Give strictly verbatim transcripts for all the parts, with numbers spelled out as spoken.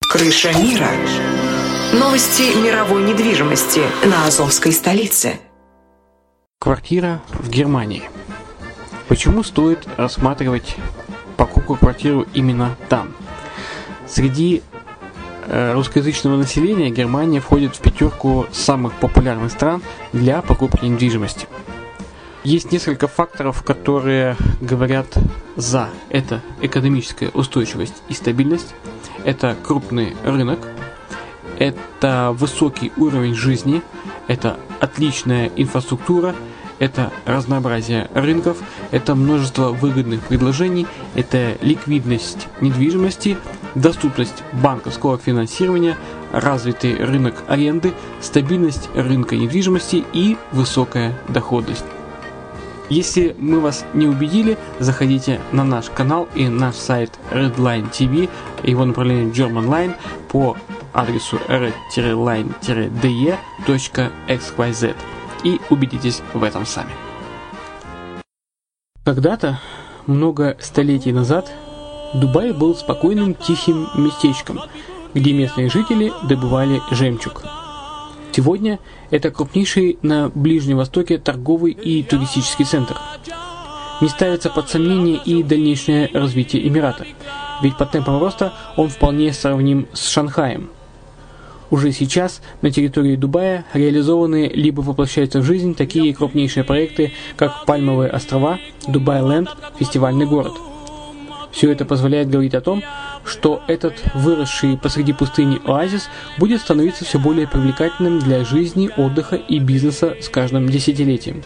Крыша мира. Новости мировой недвижимости на Азовской столице. Квартира в Германии. Почему стоит рассматривать покупку квартиры именно там? Среди э, русскоязычного населения Германия входит в пятерку самых популярных стран для покупки недвижимости. Есть несколько факторов, которые говорят за. Это экономическая устойчивость и стабильность, это крупный рынок, это высокий уровень жизни, это отличная инфраструктура, это разнообразие рынков, это множество выгодных предложений, это ликвидность недвижимости, доступность банковского финансирования, развитый рынок аренды, стабильность рынка недвижимости и высокая доходность. Если мы вас не убедили, заходите на наш канал и наш сайт Redline ти ви, его направление Germanline по адресу red line d e точка x y z и убедитесь в этом сами. Когда-то, много столетий назад, Дубай был спокойным тихим местечком, где местные жители добывали жемчуг. Сегодня это крупнейший на Ближнем Востоке торговый и туристический центр. Не ставится под сомнение и дальнейшее развитие Эмирата, ведь по темпам роста он вполне сравним с Шанхаем. Уже сейчас на территории Дубая реализованы либо воплощаются в жизнь такие крупнейшие проекты, как Пальмовые острова, Дубай-Ленд, фестивальный город. Все это позволяет говорить о том, что этот выросший посреди пустыни оазис будет становиться все более привлекательным для жизни, отдыха и бизнеса с каждым десятилетием.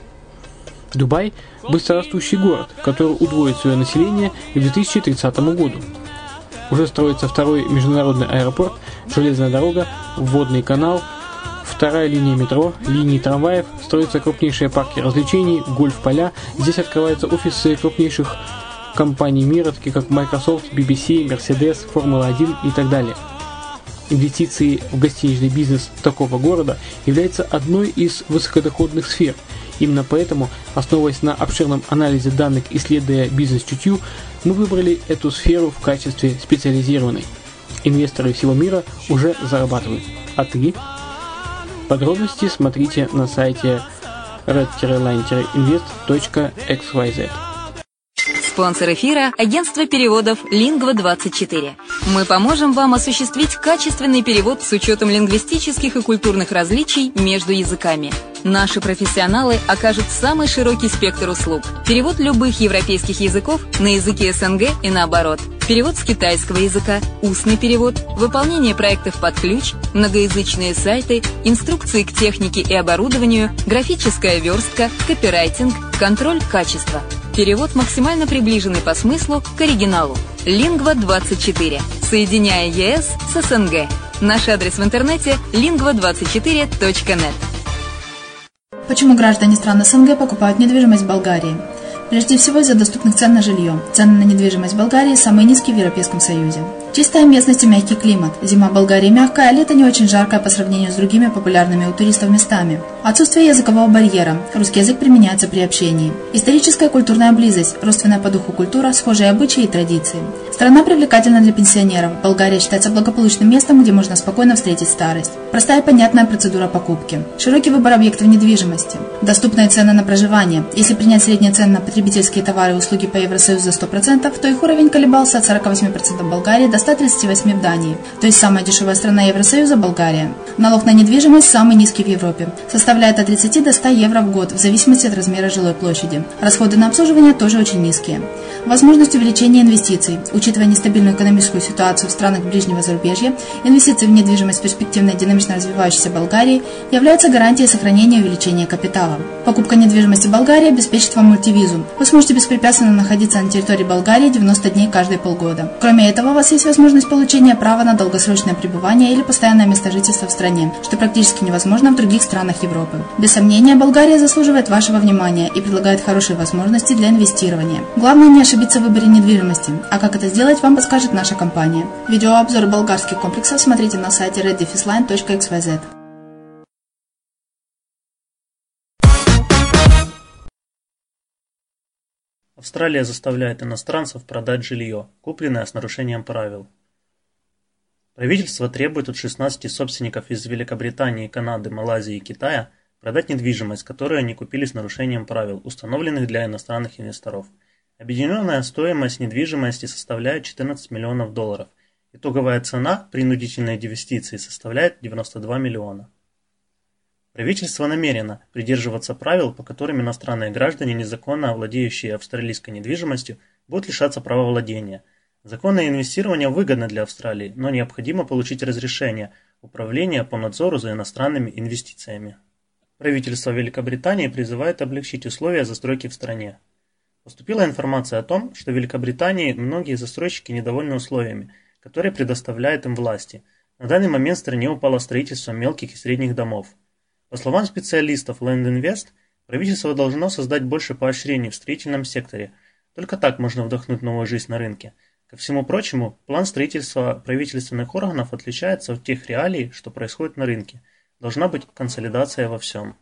Дубай – быстрорастущий город, который удвоит свое население к две тысячи тридцатому году. Уже строится второй международный аэропорт, железная дорога, водный канал, вторая линия метро, линии трамваев, строятся крупнейшие парки развлечений, гольф-поля, здесь открываются офисы крупнейших компаний мира, такие как Microsoft, би би си, Mercedes, Формула один и так далее. Инвестиции в гостиничный бизнес такого города являются одной из высокодоходных сфер. Именно поэтому, основываясь на обширном анализе данных, исследуя бизнес-чутью, мы выбрали эту сферу в качестве специализированной. Инвесторы всего мира уже зарабатывают. А ты? Подробности смотрите на сайте red line invest точка x y z. Спонсор эфира – агентство переводов Lingva двадцать четыре. Мы поможем вам осуществить качественный перевод с учетом лингвистических и культурных различий между языками. Наши профессионалы окажут самый широкий спектр услуг. Перевод любых европейских языков на языки эс эн гэ и наоборот. Перевод с китайского языка, устный перевод, выполнение проектов под ключ, многоязычные сайты, инструкции к технике и оборудованию, графическая верстка, копирайтинг, контроль качества. Перевод максимально приближенный по смыслу к оригиналу. Lingva двадцать четыре. Соединяя е эс с эс эн гэ. Наш адрес в интернете lingva двадцать четыре точка нет. Почему граждане стран эс эн гэ покупают недвижимость в Болгарии? Прежде всего из-за доступных цен на жилье. Цены на недвижимость в Болгарии самые низкие в Европейском Союзе. Чистая местность и мягкий климат. Зима в Болгарии мягкая, а лето не очень жаркое по сравнению с другими популярными у туристов местами. Отсутствие языкового барьера. Русский язык применяется при общении. Историческая и культурная близость. Родственная по духу культура, схожие обычаи и традиции. Страна привлекательна для пенсионеров. Болгария считается благополучным местом, где можно спокойно встретить старость. Простая и понятная процедура покупки. Широкий выбор объектов недвижимости. Доступные цены на проживание. Если принять средние цены на потребительские товары и услуги по Евросоюзу за сто процентов, то их уровень колебался от сорока восьми процентов в Болгарии до ста тридцати восьми процентов в Дании. То есть самая дешевая страна Евросоюза – Болгария. Налог на недвижимость самый низкий в Европе. Составляет от тридцати до ста евро в год, в зависимости от размера жилой площади. Расходы на обслуживание тоже очень низкие. Возможность увеличения инвестиций. Учитывая нестабильную экономическую ситуацию в странах ближнего зарубежья, инвестиции в недвижимость в перспективной динамично развивающейся Болгарии являются гарантией сохранения и увеличения капитала. Покупка недвижимости в Болгарии обеспечит вам мультивизу. Вы сможете беспрепятственно находиться на территории Болгарии девяносто дней каждые полгода. Кроме этого, у вас есть возможность получения права на долгосрочное пребывание или постоянное место жительства в стране, что практически невозможно в других странах Европы. Без сомнения, Болгария заслуживает вашего внимания и предлагает хорошие возможности для инвестирования. Главное не ошибиться в выборе недвижимости, а как это сделать, вам подскажет наша компания. Видеообзор болгарских комплексов смотрите на сайте red line точка x y z. Австралия заставляет иностранцев продать жилье, купленное с нарушением правил. Правительство требует от шестнадцати собственников из Великобритании, Канады, Малайзии и Китая продать недвижимость, которую они купили с нарушением правил, установленных для иностранных инвесторов. Объединенная стоимость недвижимости составляет четырнадцать миллионов долларов. Итоговая цена принудительной инвестиции составляет девяносто два миллиона. Правительство намерено придерживаться правил, по которым иностранные граждане, незаконно владеющие австралийской недвижимостью, будут лишаться права владения. Законное инвестирование выгодно для Австралии, но необходимо получить разрешение Управления по надзору за иностранными инвестициями. Правительство Великобритании призывает облегчить условия застройки в стране. Поступила информация о том, что в Великобритании многие застройщики недовольны условиями, которые предоставляют им власти. На данный момент в стране упало строительство мелких и средних домов. По словам специалистов Land Invest, правительство должно создать больше поощрений в строительном секторе. Только так можно вдохнуть новую жизнь на рынке. Ко всему прочему, план строительства правительственных органов отличается от тех реалий, что происходит на рынке. Должна быть консолидация во всем.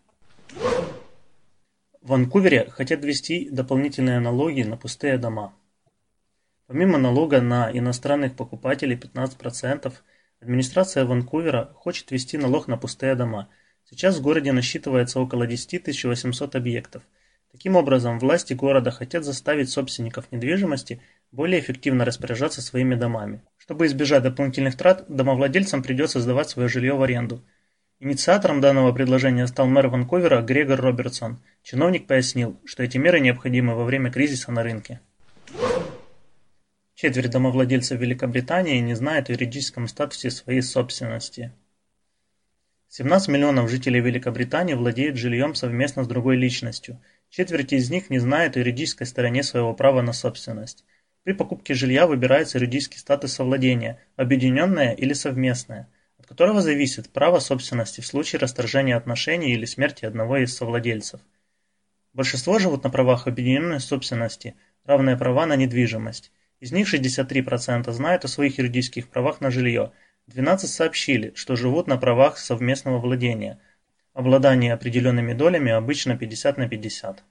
В Ванкувере хотят ввести дополнительные налоги на пустые дома. Помимо налога на иностранных покупателей пятнадцать процентов, администрация Ванкувера хочет ввести налог на пустые дома. Сейчас в городе насчитывается около десять тысяч восемьсот объектов. Таким образом, власти города хотят заставить собственников недвижимости более эффективно распоряжаться своими домами. Чтобы избежать дополнительных трат, домовладельцам придется сдавать свое жилье в аренду. Инициатором данного предложения стал мэр Ванкувера Грегор Робертсон. Чиновник пояснил, что эти меры необходимы во время кризиса на рынке. Четверть домовладельцев Великобритании не знает о юридическом статусе своей собственности. семнадцать миллионов жителей Великобритании владеют жильем совместно с другой личностью. Четверть из них не знает о юридической стороне своего права на собственность. При покупке жилья выбирается юридический статус совладения, объединенное или совместное, от которого зависит право собственности в случае расторжения отношений или смерти одного из совладельцев. Большинство живут на правах объединенной собственности, равные права на недвижимость. Из них шестьдесят три процента знают о своих юридических правах на жилье, двенадцать сообщили, что живут на правах совместного владения. Обладание определенными долями обычно пятьдесят на пятьдесят.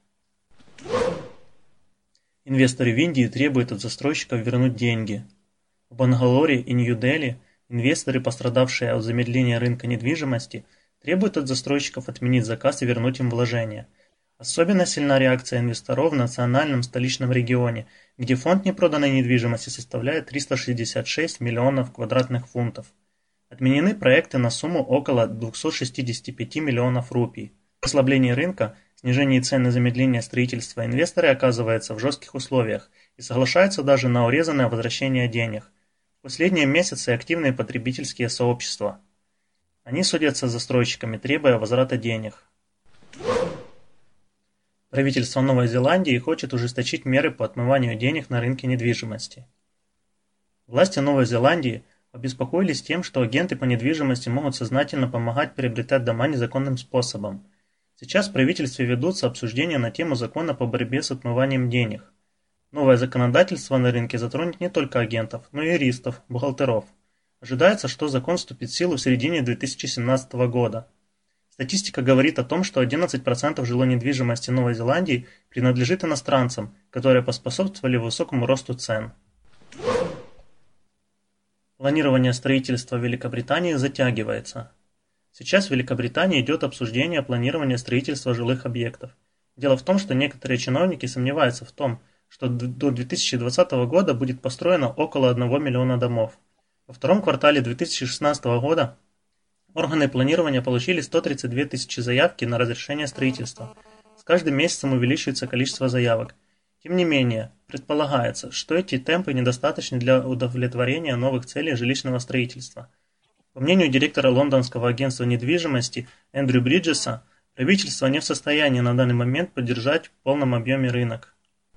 Инвесторы в Индии требуют от застройщиков вернуть деньги. В Бангалоре и Нью-Дели инвесторы, пострадавшие от замедления рынка недвижимости, требуют от застройщиков отменить заказ и вернуть им вложения. Особенно сильна реакция инвесторов в национальном столичном регионе, где фонд непроданной недвижимости составляет триста шестьдесят шесть миллионов квадратных фунтов. Отменены проекты на сумму около двести шестьдесят пять миллионов рупий. При ослаблении рынка, снижении цен и замедлении строительства инвесторы оказываются в жестких условиях и соглашаются даже на урезанное возвращение денег. В последние месяцы активные потребительские сообщества. Они судятся с застройщиками, требуя возврата денег. Правительство Новой Зеландии хочет ужесточить меры по отмыванию денег на рынке недвижимости. Власти Новой Зеландии обеспокоились тем, что агенты по недвижимости могут сознательно помогать приобретать дома незаконным способом. Сейчас в правительстве ведутся обсуждения на тему закона по борьбе с отмыванием денег. Новое законодательство на рынке затронет не только агентов, но и юристов, бухгалтеров. Ожидается, что закон вступит в силу в середине две тысячи семнадцатого года. Статистика говорит о том, что одиннадцать процентов жилой недвижимости Новой Зеландии принадлежит иностранцам, которые поспособствовали высокому росту цен. Планирование строительства в Великобритании затягивается. Сейчас в Великобритании идет обсуждение планирования строительства жилых объектов. Дело в том, что некоторые чиновники сомневаются в том, что до две тысячи двадцатого года будет построено около одного миллиона домов. Во втором квартале две тысячи шестнадцатого года органы планирования получили сто тридцать две тысячи заявки на разрешение строительства. С каждым месяцем увеличивается количество заявок. Тем не менее, предполагается, что эти темпы недостаточны для удовлетворения новых целей жилищного строительства. По мнению директора лондонского агентства недвижимости Эндрю Бриджеса, правительство не в состоянии на данный момент поддержать в полном объеме рынок.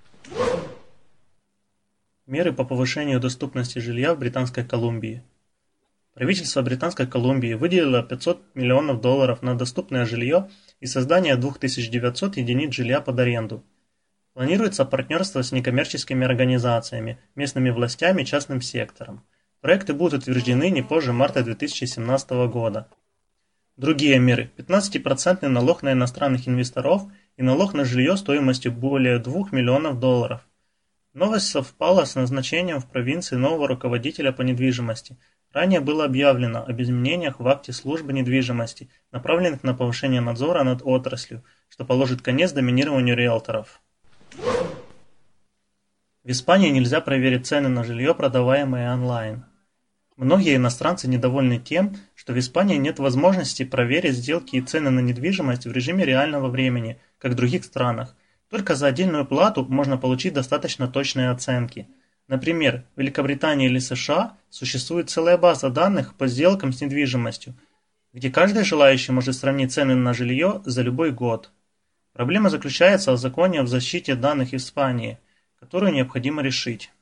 Меры по повышению доступности жилья в Британской Колумбии. Правительство Британской Колумбии выделило пятьсот миллионов долларов на доступное жилье и создание две тысячи девятьсот единиц жилья под аренду. Планируется партнерство с некоммерческими организациями, местными властями и частным сектором. Проекты будут утверждены не позже марта две тысячи семнадцатого года. Другие меры – пятнадцать процентов налог на иностранных инвесторов и налог на жилье стоимостью более двух миллионов долларов. Новость совпала с назначением в провинции нового руководителя по недвижимости. Ранее было объявлено об изменениях в акте службы недвижимости, направленных на повышение надзора над отраслью, что положит конец доминированию риэлторов. В Испании нельзя проверить цены на жилье, продаваемое онлайн. Многие иностранцы недовольны тем, что в Испании нет возможности проверить сделки и цены на недвижимость в режиме реального времени, как в других странах. Только за отдельную плату можно получить достаточно точные оценки. Например, в Великобритании или США существует целая база данных по сделкам с недвижимостью, где каждый желающий может сравнить цены на жилье за любой год. Проблема заключается в законе о защите данных Испании, которую необходимо решить.